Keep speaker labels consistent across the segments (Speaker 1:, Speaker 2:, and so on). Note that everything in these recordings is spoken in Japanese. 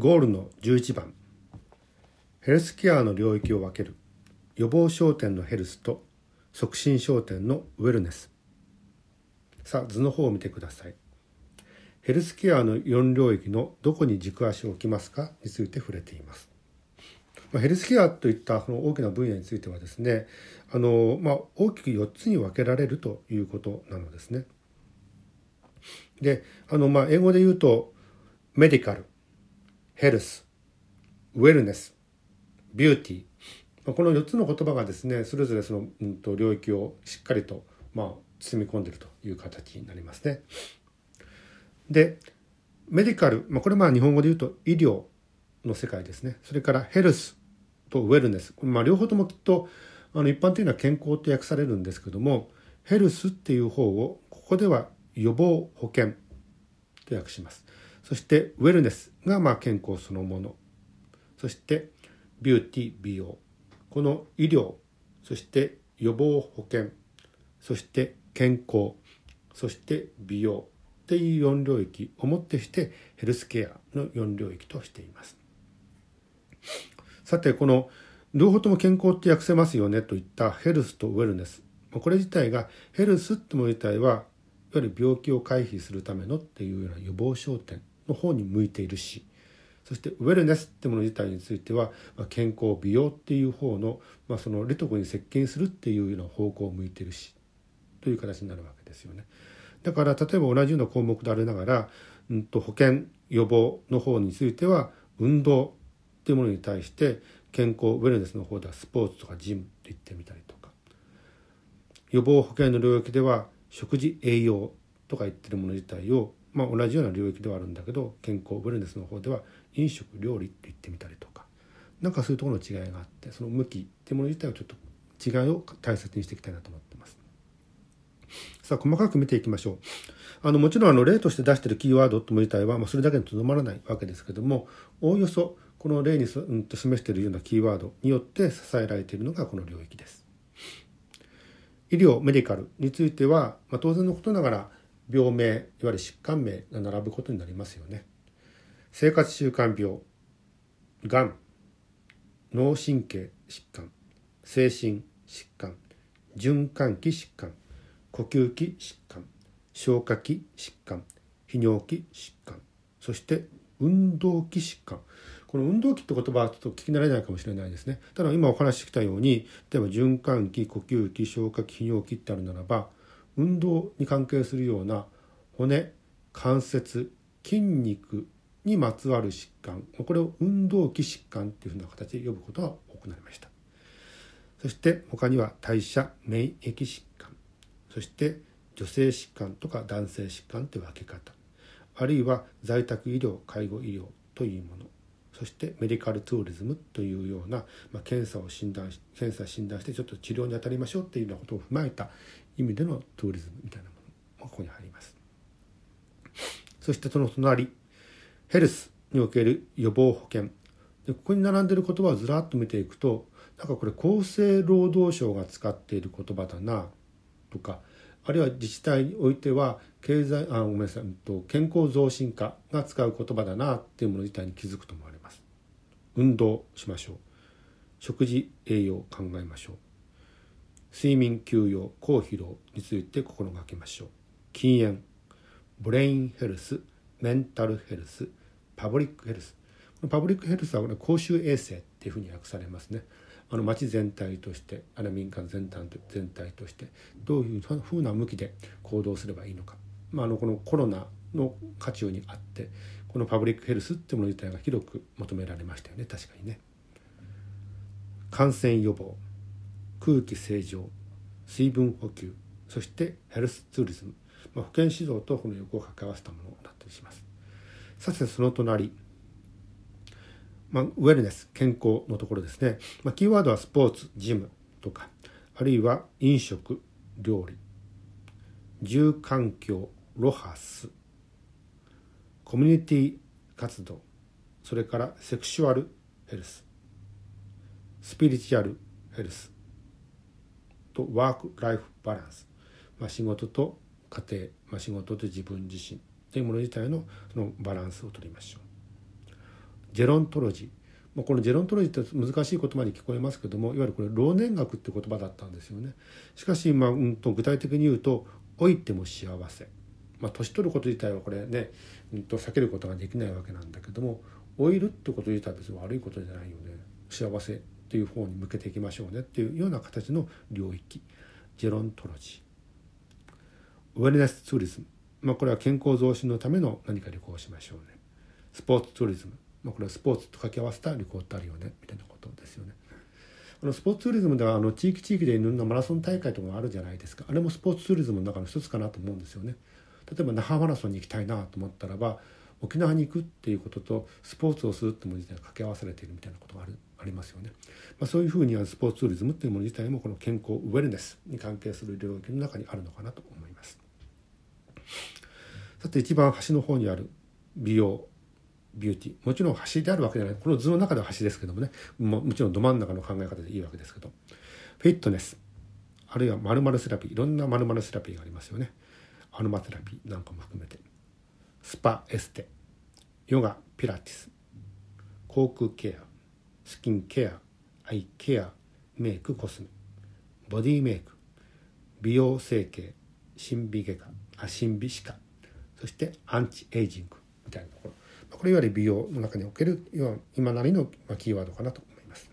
Speaker 1: ゴールの11番、ヘルスケアの領域を分ける予防焦点のヘルスと促進焦点のウェルネス。さあ、図の方を見てください。ヘルスケアの4領域のどこに軸足を置きますかについて触れています。ヘルスケアといったその大きな分野についてはですね、大きく4つに分けられるということなのですね。で、英語で言うとメディカル、ヘルス、ウェルネス、ビューティー、この4つの言葉がですね、それぞれその、領域をしっかりと、包み込んでいるという形になりますね。で、メディカル、これ日本語で言うと医療の世界ですね。それからヘルスとウェルネス、両方ともきっと一般的には健康と訳されるんですけども、ヘルスっていう方をここでは予防保険と訳します。そしてウェルネスが健康そのもの、そしてビューティー、美容、この医療、そして予防保険、そして健康、そして美容っていう4領域をもってしてヘルスケアの4領域としています。さて、この両方とも健康って訳せますよねといったヘルスとウェルネス、これ自体がヘルスってもの自体はいわゆる病気を回避するためのっていうような予防焦点の方に向いているし、そしてウェルネスってもの自体については健康美容っていう方の、その利得に接近するっていうような方向を向いているしという形になるわけですよね。だから例えば同じような項目でありながら、保険予防の方については運動っていうものに対して健康ウェルネスの方ではスポーツとかジムって言ってみたりとか、予防保険の領域では食事栄養とか言ってるもの自体を、同じような領域ではあるんだけど、健康ウェルネスの方では飲食料理って言ってみたりとか、そういうところの違いがあって、その向きっていうもの自体をちょっと違いを大切にしていきたいなと思っています。さあ、細かく見ていきましょう。もちろん例として出しているキーワードとも自体はそれだけにとどまらないわけですけども、おおよそこの例に示しているようなキーワードによって支えられているのがこの領域です。医療メディカルについては、当然のことながら病名、いわゆる疾患名が並ぶことになりますよね。生活習慣病、がん、脳神経疾患、精神疾患、循環器疾患、呼吸器疾患、消化器疾患、泌尿器疾患、そして運動器疾患。この運動器って言葉はちょっと聞き慣れないかもしれないですね。ただ今お話ししてきたように、例えば循環器、呼吸器、消化器、泌尿器ってあるならば、運動に関係するような骨、関節、筋肉にまつわる疾患、これを運動器疾患っていうふうな形で呼ぶことが多くなりました。そして他には代謝、免疫疾患、そして女性疾患とか男性疾患という分け方、あるいは在宅医療、介護医療というもの、そしてメディカルツーリズムというような、検査診断してちょっと治療に当たりましょうっていうようなことを踏まえた意味でのツーリズムみたいなものもここに入ります。そしてその隣、ヘルスにおける予防保険で、ここに並んでいる言葉をずらっと見ていくと、これ厚生労働省が使っている言葉だなとか、あるいは自治体においては健康増進課が使う言葉だなっていうもの自体に気づくと思われます。運動しましょう。食事栄養を考えましょう。睡眠休養高疲労について心がけましょう。禁煙、ブレインヘルス、メンタルヘルス、パブリックヘルス。パブリックヘルスは公衆衛生っていうふうに訳されますね。町全体として、民間全体としてどういうふうな向きで行動すればいいのか、このコロナの渦中にあってこのパブリックヘルスっていうもの自体が広く求められましたよね。確かにね。感染予防、空気清浄、水分補給、そしてヘルスツーリズム、保健指導とこの横を掛け合わせたものだったりします。さてその隣、ウェルネス、健康のところですね。キーワードはスポーツ、ジムとか、あるいは飲食、料理、住環境、ロハス、コミュニティ活動、それからセクシュアルヘルス、スピリチュアルヘルスとワーク・ライフ・バランス、仕事と家庭、仕事と自分自身というもの自体のそのバランスを取りましょう。 ジェロントロジー、このジェロントロジーって難しい言葉に聞こえますけども、いわゆるこれ老年学って言葉だったんですよね。しかし、具体的に言うと老いても幸せ、年取ること自体はこれね、避けることができないわけなんだけども、老いるってこと自体は別に悪いことじゃないよね、幸せっていう方に向けていきましょうねっていうような形の領域、ジェロントロジー。ウェルネスツーリズム、これは健康増進のための何か旅行をしましょうね。スポーツツーリズム、これはスポーツと掛け合わせた旅行ってあるよねみたいなことですよね。スポーツツーリズムでは地域でいろんなマラソン大会とかがあるじゃないですか。あれもスポーツツーリズムの中の一つかなと思うんですよね。例えば那覇マラソンに行きたいなと思ったらば、沖縄に行くっていうこととスポーツをするってもの自体が掛け合わされているみたいなことがありますよね。そういうふうにスポーツツーリズムっていうもの自体もこの健康ウェルネスに関係する領域の中にあるのかなと思います。さて、一番端の方にある美容ビューティー、もちろん端であるわけじゃない、この図の中では端ですけどもね、もちろんど真ん中の考え方でいいわけですけど、フィットネス、あるいは〇〇セラピー、いろんな〇〇セラピーがありますよね。アロマセラピーなんかも含めて、スパエステ、ヨガピラティス、口腔ケア、スキンケア、アイケア、メイクコスメ、ボディメイク、美容整形、心美外科、心美歯科、そしてアンチエイジングみたいなところ、これいわゆる美容の中における今なりのキーワードかなと思います。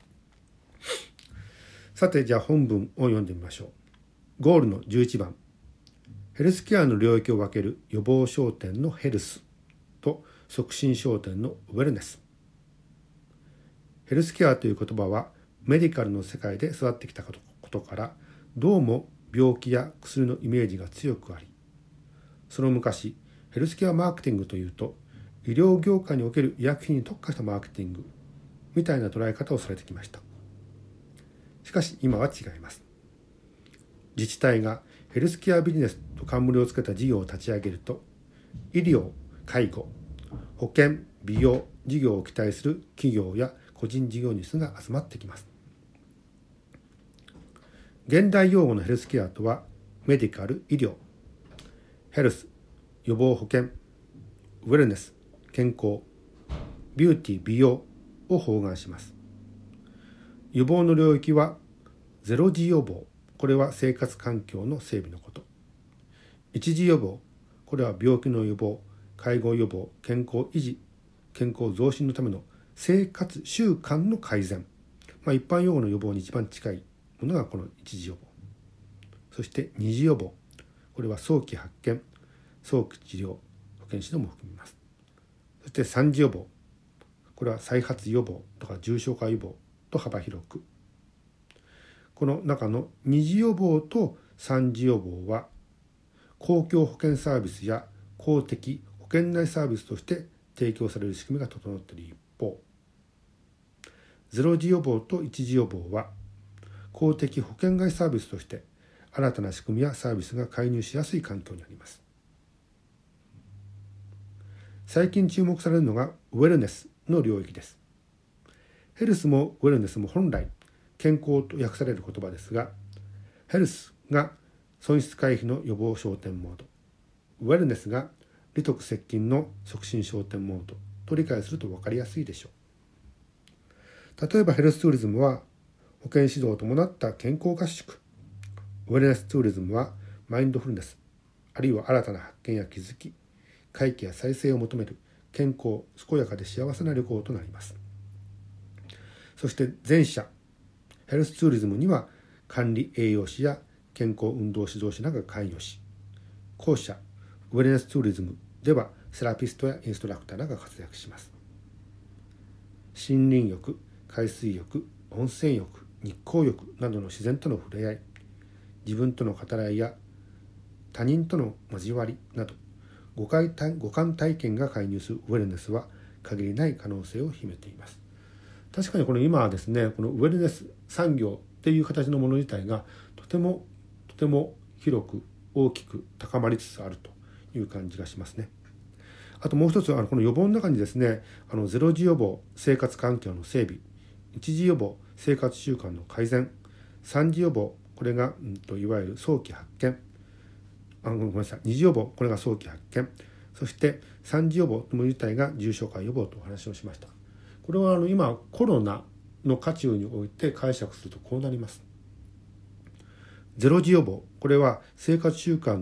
Speaker 1: さて、じゃあ本文を読んでみましょう。ゴールの11番、ヘルスケアの領域を分ける予防焦点のヘルスと促進焦点のウェルネス。ヘルスケアという言葉はメディカルの世界で育ってきたことからどうも病気や薬のイメージが強くあり、その昔ヘルスケアマーケティングというと医療業界における医薬品に特化したマーケティングみたいな捉え方をされてきました。しかし今は違います。自治体がヘルスケアビジネスと冠をつけた事業を立ち上げると、医療、介護、保険、美容事業を期待する企業や個人事業主が集まってきます。現代用語のヘルスケアとは、メディカル、医療、ヘルス、予防保険、ウェルネス、健康、ビューティー、美容を包含します。予防の領域はゼロ時予防、これは生活環境の整備のこと。一時予防、これは病気の予防、介護予防、健康維持、健康増進のための生活習慣の改善、一般用語の予防に一番近いものがこの一時予防。そして二次予防、これは早期発見、早期治療、保健指導も含みます。そして三次予防、これは再発予防とか重症化予防と幅広く。この中の二次予防と三次予防は公共保険サービスや公的保険内サービスとして提供される仕組みが整っている一方、ゼロ次予防と一次予防は公的保険外サービスとして新たな仕組みやサービスが介入しやすい環境にあります。最近注目されるのがウェルネスの領域です。ヘルスもウェルネスも本来健康と訳される言葉ですが、ヘルスが損失回避の予防焦点モード、ウェルネスが利得接近の促進焦点モードと理解すると分かりやすいでしょう。例えばヘルスツーリズムは保健指導を伴った健康合宿、ウェルネスツーリズムはマインドフルネス、あるいは新たな発見や気づき、回帰や再生を求める健康、健やかで幸せな旅行となります。そして前者、ヘルスツーリズムには管理栄養士や健康運動指導士らが関与し、後者、ウェルネスツーリズムではセラピストやインストラクターらが活躍します。森林浴、海水浴、温泉浴、日光浴などの自然との触れ合い、自分との語らいや他人との交わりなど五感体験が介入するウェルネスは限りない可能性を秘めています。確かにこの今はですね、このウェルネス産業っていう形のもの自体がとても広く大きく高まりつつあるという感じがしますね。あともう一つ、この予防の中にですね、ゼロ時予防、生活環境の整備、一時予防、生活習慣の改善、三次予防、これが、いわゆる早期発見、二次予防、これが早期発見、そして三次予防という自体が重症化予防とお話をしました。 これは今コロナの渦中において解釈するとこうなります。ゼロ時予防、これは生活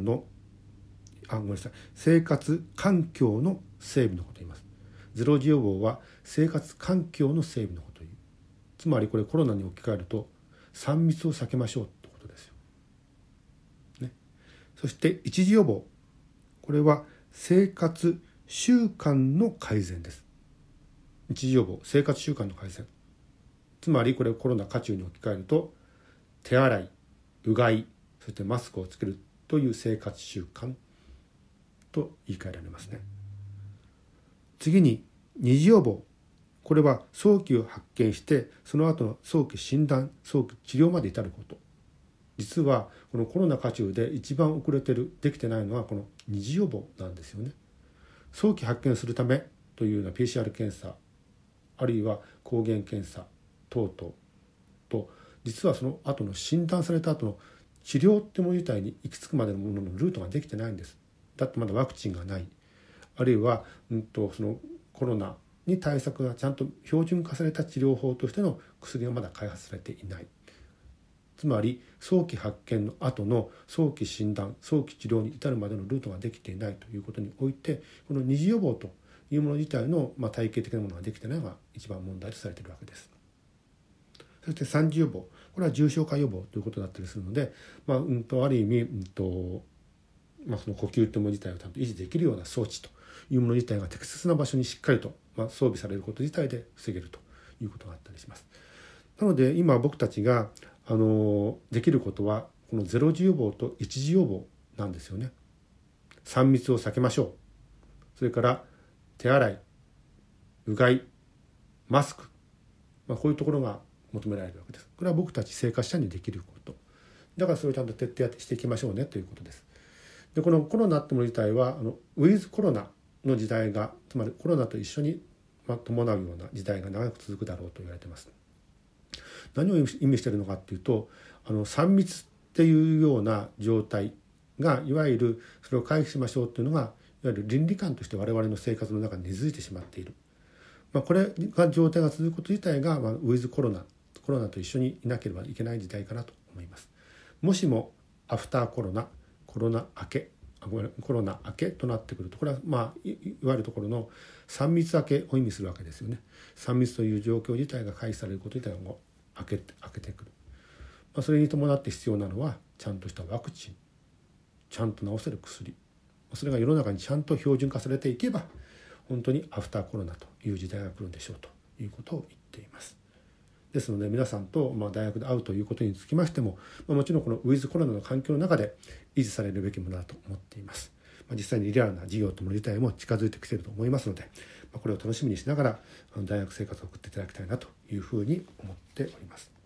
Speaker 1: 環境の整備のことを言います。ゼロ時予防は生活環境の整備のことを言う。つまりこれコロナに置き換えると3密を避けましょうってことですよ、ね。そして一時予防、これは生活習慣の改善です。一時予防、生活習慣の改善。つまりこれコロナ渦中に置き換えると手洗い、うがい、そしてマスクをつけるという生活習慣と言い換えられますね。次に二次予防、これは早期を発見してその後の早期診断、早期治療まで至ること。実はこのコロナ渦中で一番遅れてる、できてないのはこの二次予防なんですよね。早期発見するためというような PCR 検査、あるいは抗原検査等々と、実はその後の診断された後の治療ってもの自体に行き着くまでのもののルートができてないんです。だってまだワクチンがない、あるいは、そのコロナに対策がちゃんと標準化された治療法としての薬がまだ開発されていない。つまり早期発見の後の早期診断、早期治療に至るまでのルートができていないということにおいて、この二次予防というもの自体の体系的なものができていないのが一番問題とされているわけです。そして三次予防、これは重症化予防ということだったりするので、ある意味、その呼吸というもの自体をちゃんと維持できるような装置というもの自体が適切な場所にしっかりと、装備されること自体で防げるということがあったりします。なので今僕たちができることはこのゼロ時予防と一時予防なんですよね。3密を避けましょう。それから手洗い、うがい、マスク、こういうところが求められるわけです。これは僕たち生活者にできること。だからそれをちゃんと徹底していきましょうねということです。でこのコロナってもの自体はウィズコロナの時代が、つまりコロナと一緒に伴うような時代が長く続くだろうと言われています。何を意味しているのかっていうと、3密っていうような状態が、いわゆるそれを回避しましょうっていうのが、いわゆる倫理観として我々の生活の中に根付いてしまっている。これが状態が続くこと自体が、ウィズコロナと一緒にいなければいけない時代かなと思います。もしもアフターコロナ、コロナ明けとなってくると、これはいわゆるところの3密明けを意味するわけですよね。3密という状況自体が回避されること自体が明けてくる。それに伴って必要なのはちゃんとしたワクチン、ちゃんと治せる薬、それが世の中にちゃんと標準化されていけば、本当にアフターコロナという時代が来るんでしょうということを言っています。ですので皆さんと大学で会うということにつきましても、もちろんこのウィズコロナの環境の中で維持されるべきものだと思っています。実際にリアルな授業ともの自体も近づいてきていると思いますので、これを楽しみにしながら大学生活を送っていただきたいなというふうに思っております。